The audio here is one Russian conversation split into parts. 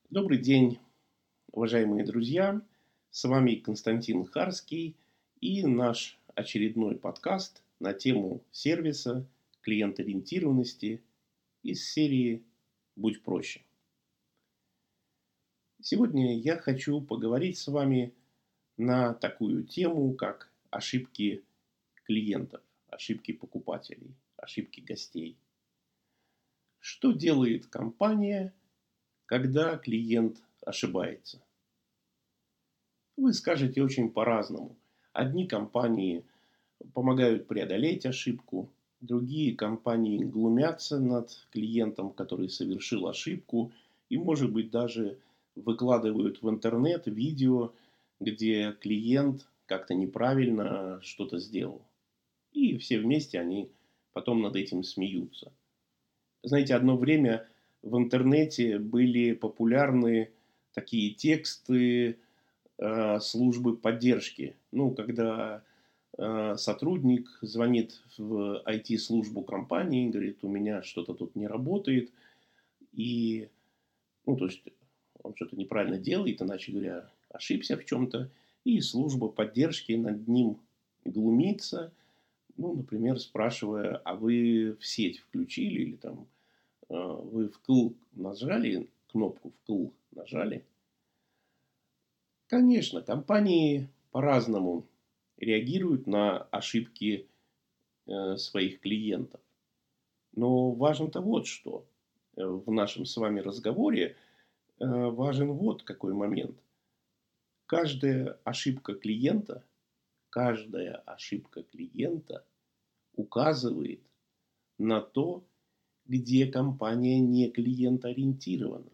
Добрый день, уважаемые друзья! С вами Константин Харский и наш очередной подкаст на тему сервиса, клиент-ориентированности из серии «Будь проще». Сегодня я хочу поговорить с вами на такую тему, как ошибки клиентов, ошибки покупателей, ошибки гостей. Что делает компания, когда клиент ошибается? Вы скажете очень по-разному. Одни компании помогают преодолеть ошибку, другие компании глумятся над клиентом, который совершил ошибку, и, может быть, даже выкладывают в интернет видео, где клиент как-то неправильно что-то сделал. И все вместе они потом над этим смеются. Знаете, одно время в интернете были популярны такие тексты службы поддержки. Ну, когда сотрудник звонит в IT-службу компании, говорит, у меня что-то тут не работает, и, ну, то есть, он что-то неправильно делает, иначе говоря, ошибся в чем-то, и служба поддержки над ним глумится, ну, например, спрашивая, а вы в сеть включили, или там, вы вкл нажали, кнопку вкл нажали. Конечно, компании по-разному реагируют на ошибки своих клиентов. Но важно-то вот что. В нашем с вами разговоре важен вот какой момент. Каждая ошибка клиента указывает на то, где компания не клиент-ориентирована.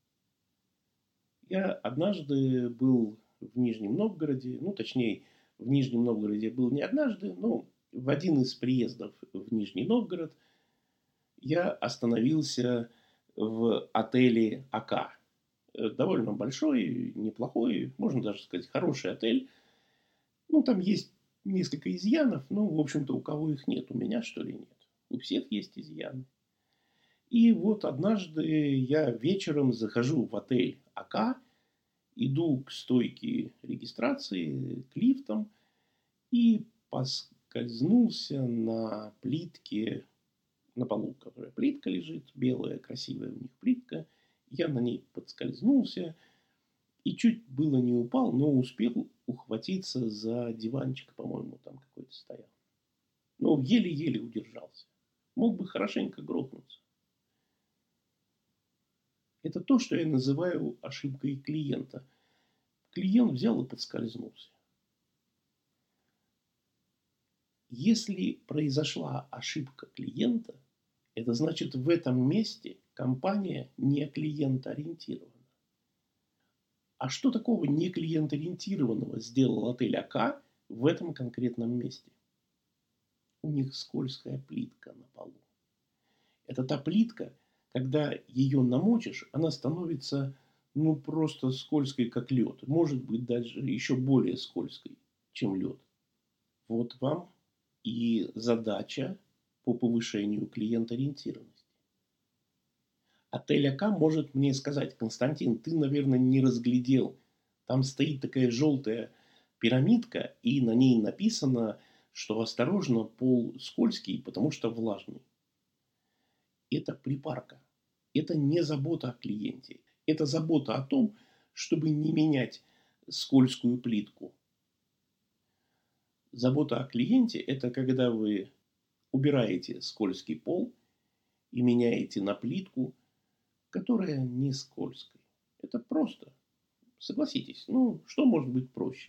Я однажды был в Нижнем Новгороде, ну, точнее, в Нижнем Новгороде был не однажды, но в один из приездов в Нижний Новгород я остановился в отеле АК. Довольно большой, неплохой, можно даже сказать, хороший отель. Ну, там есть несколько изъянов, но, в общем-то, у кого их нет? У меня, что ли, нет? У всех есть изъяны. И вот однажды я вечером захожу в отель АК, иду к стойке регистрации, к лифтам, и поскользнулся на плитке, на полу, которая плитка лежит, белая, красивая у них плитка. Я на ней подскользнулся и чуть было не упал, но успел ухватиться за диванчик, по-моему, там какой-то стоял. Но еле-еле удержался. Мог бы хорошенько грохнуться. Это то, что я называю ошибкой клиента. Клиент взял и подскользнулся. Если произошла ошибка клиента, это значит, в этом месте компания не клиент-ориентирована. А что такого не клиент-ориентированного сделал отель АК в этом конкретном месте? У них скользкая плитка на полу. Это та плитка, когда ее намочишь, она становится ну просто скользкой, как лед. Может быть, даже еще более скользкой, чем лед. Вот вам и задача по повышению клиент-ориентированности. Отель АК может мне сказать: Константин, ты, наверное, не разглядел. Там стоит такая желтая пирамидка, и на ней написано, что осторожно, пол скользкий, потому что влажный. Это припарка. Это не забота о клиенте. Это забота о том, чтобы не менять скользкую плитку. Забота о клиенте – это когда вы убираете скользкий пол и меняете на плитку, которая не скользкая. Это просто. Согласитесь, ну что может быть проще?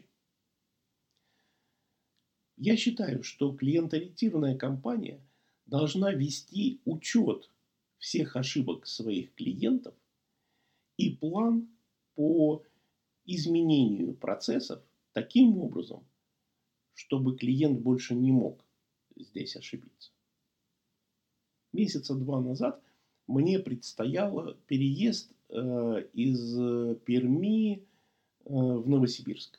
Я считаю, что клиент-ориентированная компания должна вести учет всех ошибок своих клиентов и план по изменению процессов таким образом, чтобы клиент больше не мог здесь ошибиться. Месяца 2 назад мне предстоял переезд из Перми в Новосибирск.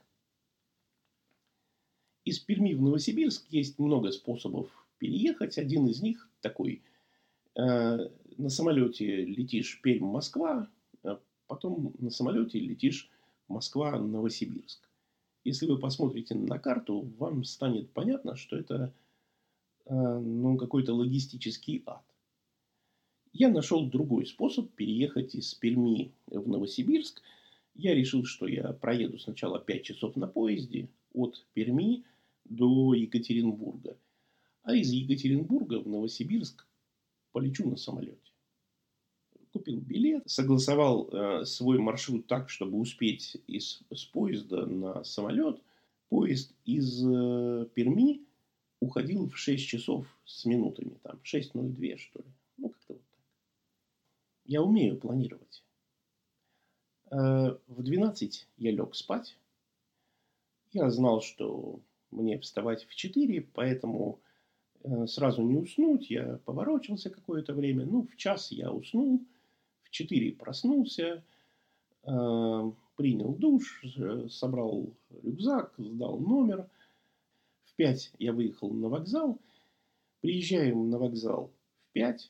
Из Перми в Новосибирск есть много способов переехать. Один из них такой. На самолете летишь Пермь-Москва, потом на самолете летишь Москва-Новосибирск. Если вы посмотрите на карту, вам станет понятно, что это какой-то логистический ад. Я нашел другой способ переехать из Перми в Новосибирск. Я решил, что я проеду сначала 5 часов на поезде от Перми до Екатеринбурга. А из Екатеринбурга в Новосибирск полечу на самолете. Купил билет, согласовал свой маршрут так, чтобы успеть с поезда на самолет. Поезд из Перми уходил в 6 часов с минутами. Там 6:02, что ли. Как-то вот так. Я умею планировать. В 12 я лег спать. Я знал, что мне вставать в 4, поэтому сразу не уснуть. Я поворочился какое-то время. В час я уснул. В 4 проснулся. Принял душ. Собрал рюкзак. Сдал номер. В 5 я выехал на вокзал. Приезжаем на вокзал в 5.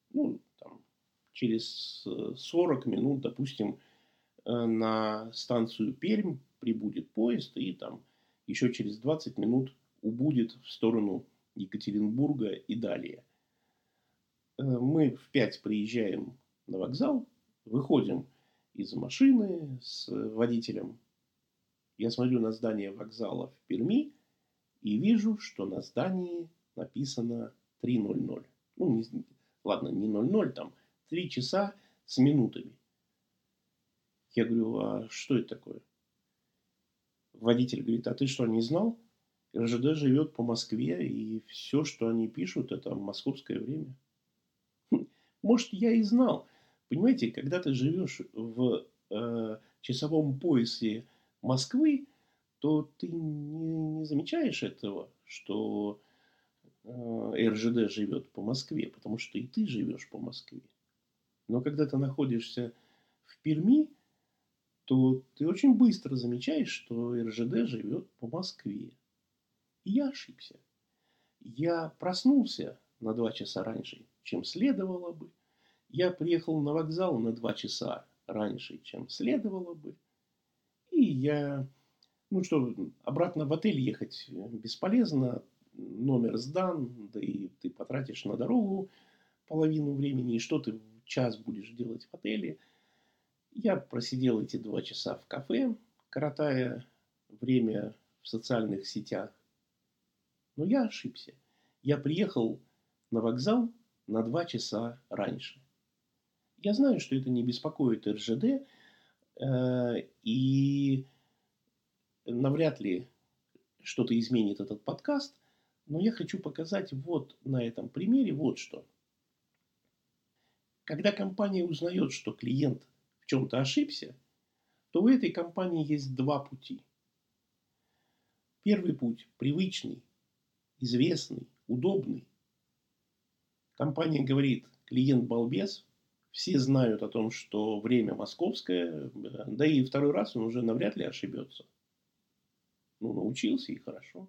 Через 40 минут, допустим, на станцию Пермь прибудет поезд, и там еще через 20 минут убудет в сторону Екатеринбурга и далее. Мы в 5 приезжаем на вокзал, выходим из машины с водителем. Я смотрю на здание вокзала в Перми и вижу, что на здании написано 3:00. Не 00, там 3 часа с минутами. Я говорю, а что это такое? Водитель говорит, а ты что, не знал? РЖД живет по Москве, и все, что они пишут, это московское время. Может, я и знал. Понимаете, когда ты живешь в часовом поясе Москвы, то ты не замечаешь этого, что РЖД живет по Москве, потому что и ты живешь по Москве. Но когда ты находишься в Перми, то ты очень быстро замечаешь, что РЖД живет по Москве. И я ошибся. Я проснулся на 2 часа раньше, чем следовало бы. Я приехал на вокзал на 2 часа раньше, чем следовало бы. И я... обратно в отель ехать бесполезно. Номер сдан, да и ты потратишь на дорогу половину времени. И что ты час будешь делать в отеле? Я просидел эти 2 часа в кафе, коротая время в социальных сетях. Но я ошибся. Я приехал на вокзал на 2 часа раньше. Я знаю, что это не беспокоит РЖД, и навряд ли что-то изменит этот подкаст, но я хочу показать вот на этом примере вот что. Когда компания узнает, что клиент в чем-то ошибся, то у этой компании есть 2 пути. Первый путь привычный, известный, удобный. Компания говорит, клиент балбес, все знают о том, что время московское, да и второй раз он уже навряд ли ошибется. Научился и хорошо.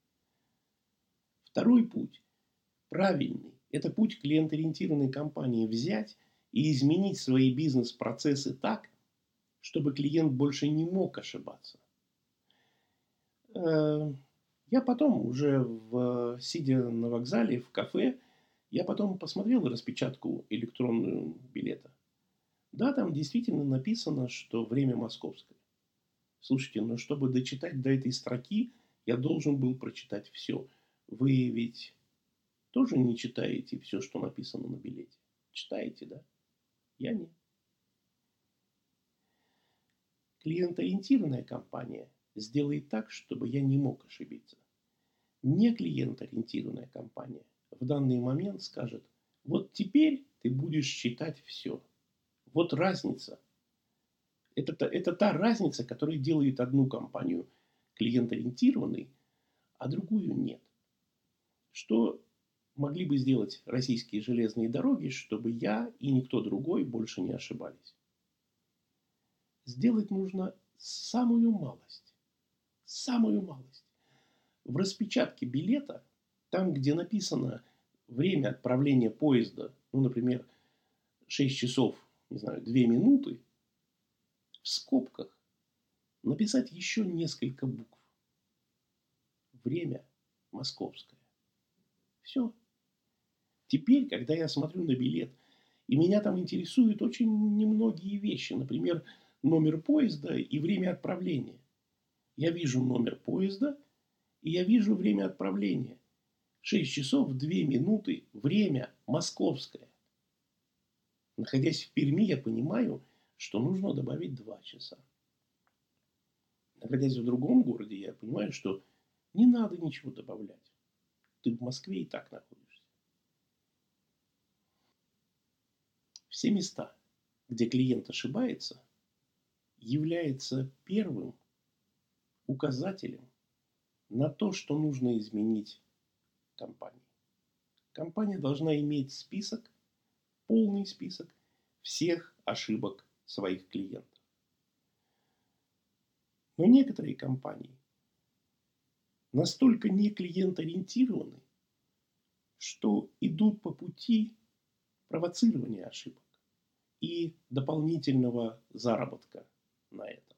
Второй путь, правильный, это путь клиент-ориентированной компании взять и изменить свои бизнес-процессы так, чтобы клиент больше не мог ошибаться. Я потом, уже сидя на вокзале, в кафе, я потом посмотрел распечатку электронную билета. Да, там действительно написано, что время московское. Слушайте, но чтобы дочитать до этой строки, я должен был прочитать все. Вы ведь тоже не читаете все, что написано на билете? Читаете, да? Я нет. Клиент-ориентированная компания сделает так, чтобы я не мог ошибиться. Не клиент-ориентированная компания в данный момент скажет, вот теперь ты будешь читать все. Вот разница. Это та разница, которая делает одну компанию клиент-ориентированной, а другую нет. Что могли бы сделать российские железные дороги, чтобы я и никто другой больше не ошибались? Сделать нужно самую малость. Самую малость. В распечатке билета, там, где написано время отправления поезда, например, 6 часов, 2 минуты, в скобках написать еще несколько букв. Время московское. Все. Теперь, когда я смотрю на билет, и меня там интересуют очень немногие вещи, например, номер поезда и время отправления. Я вижу номер поезда, и я вижу время отправления. 6 часов 2 минуты, время московское. Находясь в Перми, я понимаю, что нужно добавить 2 часа. Находясь в другом городе, я понимаю, что не надо ничего добавлять. Ты в Москве и так находишься. Все места, где клиент ошибается, является первым указателем на то, что нужно изменить компании. Компания должна иметь список, полный список всех ошибок своих клиентов. Но некоторые компании настолько не клиент-ориентированы, что идут по пути провоцирования ошибок и дополнительного заработка на этом.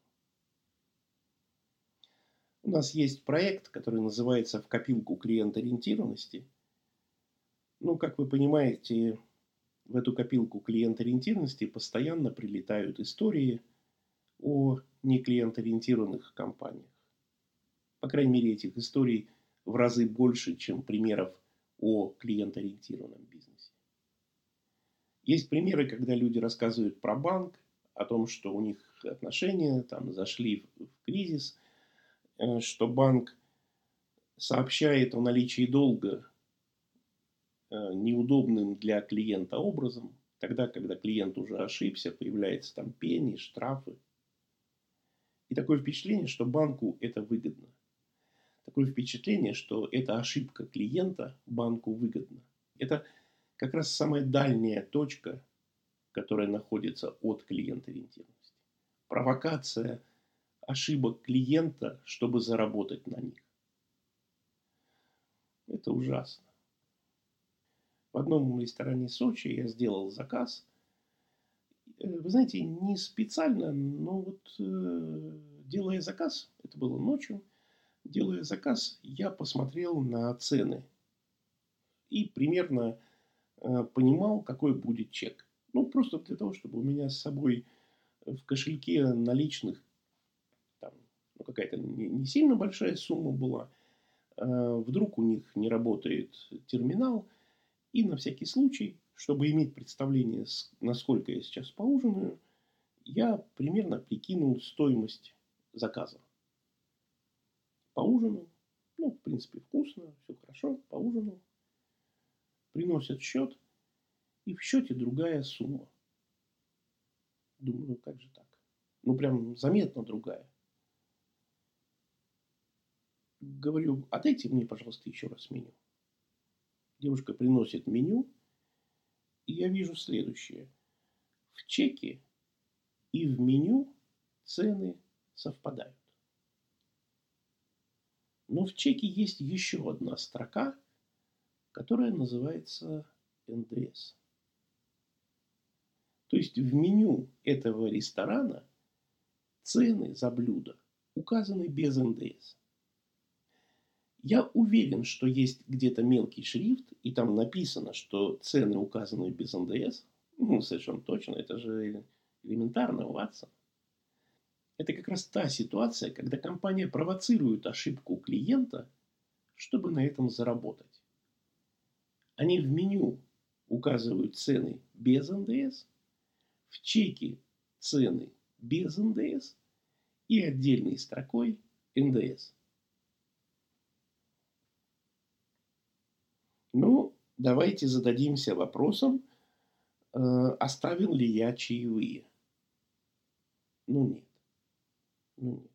У нас есть проект, который называется «В копилку клиент-ориентированности». Ну, как вы понимаете, в эту копилку клиент-ориентированности постоянно прилетают истории о неклиент-ориентированных компаниях. По крайней мере, этих историй в разы больше, чем примеров о клиент-ориентированном бизнесе. Есть примеры, когда люди рассказывают про банк, о том, что у них отношения там зашли в кризис, что банк сообщает о наличии долга неудобным для клиента образом, тогда, когда клиент уже ошибся, появляются там пени, штрафы. И такое впечатление, что банку это выгодно. Такое впечатление, что эта ошибка клиента банку выгодна. Это как раз самая дальняя точка, которая находится от клиент-ориентированности. Провокация ошибок клиента, чтобы заработать на них. Это ужасно. В одном ресторане Сочи я сделал заказ. Вы знаете, не специально, но вот делая заказ, это было ночью, делая заказ, я посмотрел на цены и примерно понимал, какой будет чек. Ну, просто для того, чтобы у меня с собой в кошельке наличных там, ну, какая-то не сильно большая сумма была. Вдруг у них не работает терминал. И на всякий случай, чтобы иметь представление, насколько я сейчас поужинаю, я примерно прикинул стоимость заказа. Поужинал. Ну, в принципе, вкусно, все хорошо, поужинал. Приносят счет, и в счете другая сумма. Думаю, ну как же так? Ну, прям заметно другая. Говорю, отдайте мне, пожалуйста, еще раз меню. Девушка приносит меню, и я вижу следующее. В чеке и в меню цены совпадают. Но в чеке есть еще одна строка, которая называется НДС. То есть в меню этого ресторана цены за блюдо указаны без НДС. Я уверен, что есть где-то мелкий шрифт, и там написано, что цены указаны без НДС. Ну, совершенно точно, это же элементарно, Ватсон. Это как раз та ситуация, когда компания провоцирует ошибку клиента, чтобы на этом заработать. Они в меню указывают цены без НДС, в чеке цены без НДС и отдельной строкой НДС. Ну, давайте зададимся вопросом, оставил ли я чаевые. Ну, нет. Ну, нет.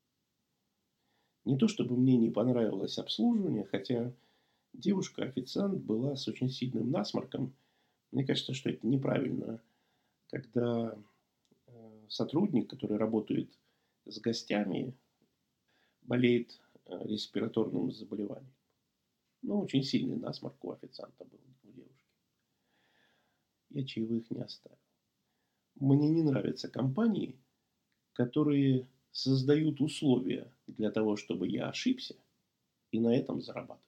Не то, чтобы мне не понравилось обслуживание, хотя девушка-официант была с очень сильным насморком. Мне кажется, что это неправильно, когда сотрудник, который работает с гостями, болеет респираторным заболеванием. Ну, очень сильный насморк у официанта был, у девушки. Я чаевых не оставил. Мне не нравятся компании, которые создают условия для того, чтобы я ошибся, и на этом зарабатываю.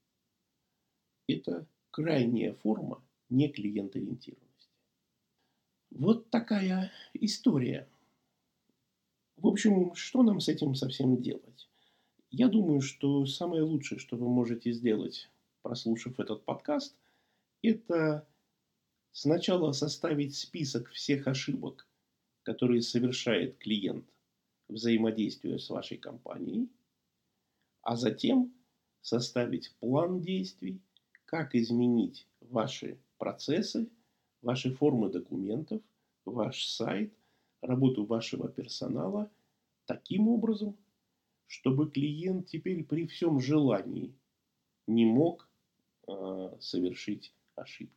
Это крайняя форма неклиент-ориентированности. Вот такая история. В общем, что нам с этим совсем делать? Я думаю, что самое лучшее, что вы можете сделать, прослушав этот подкаст, это сначала составить список всех ошибок, которые совершает клиент, взаимодействуя с вашей компанией, а затем составить план действий, как изменить ваши процессы, ваши формы документов, ваш сайт, работу вашего персонала таким образом, чтобы клиент теперь при всем желании не мог совершить ошибки.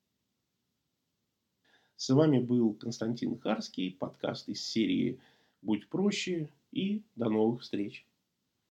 С вами был Константин Харский, подкаст из серии «Будь проще» и до новых встреч.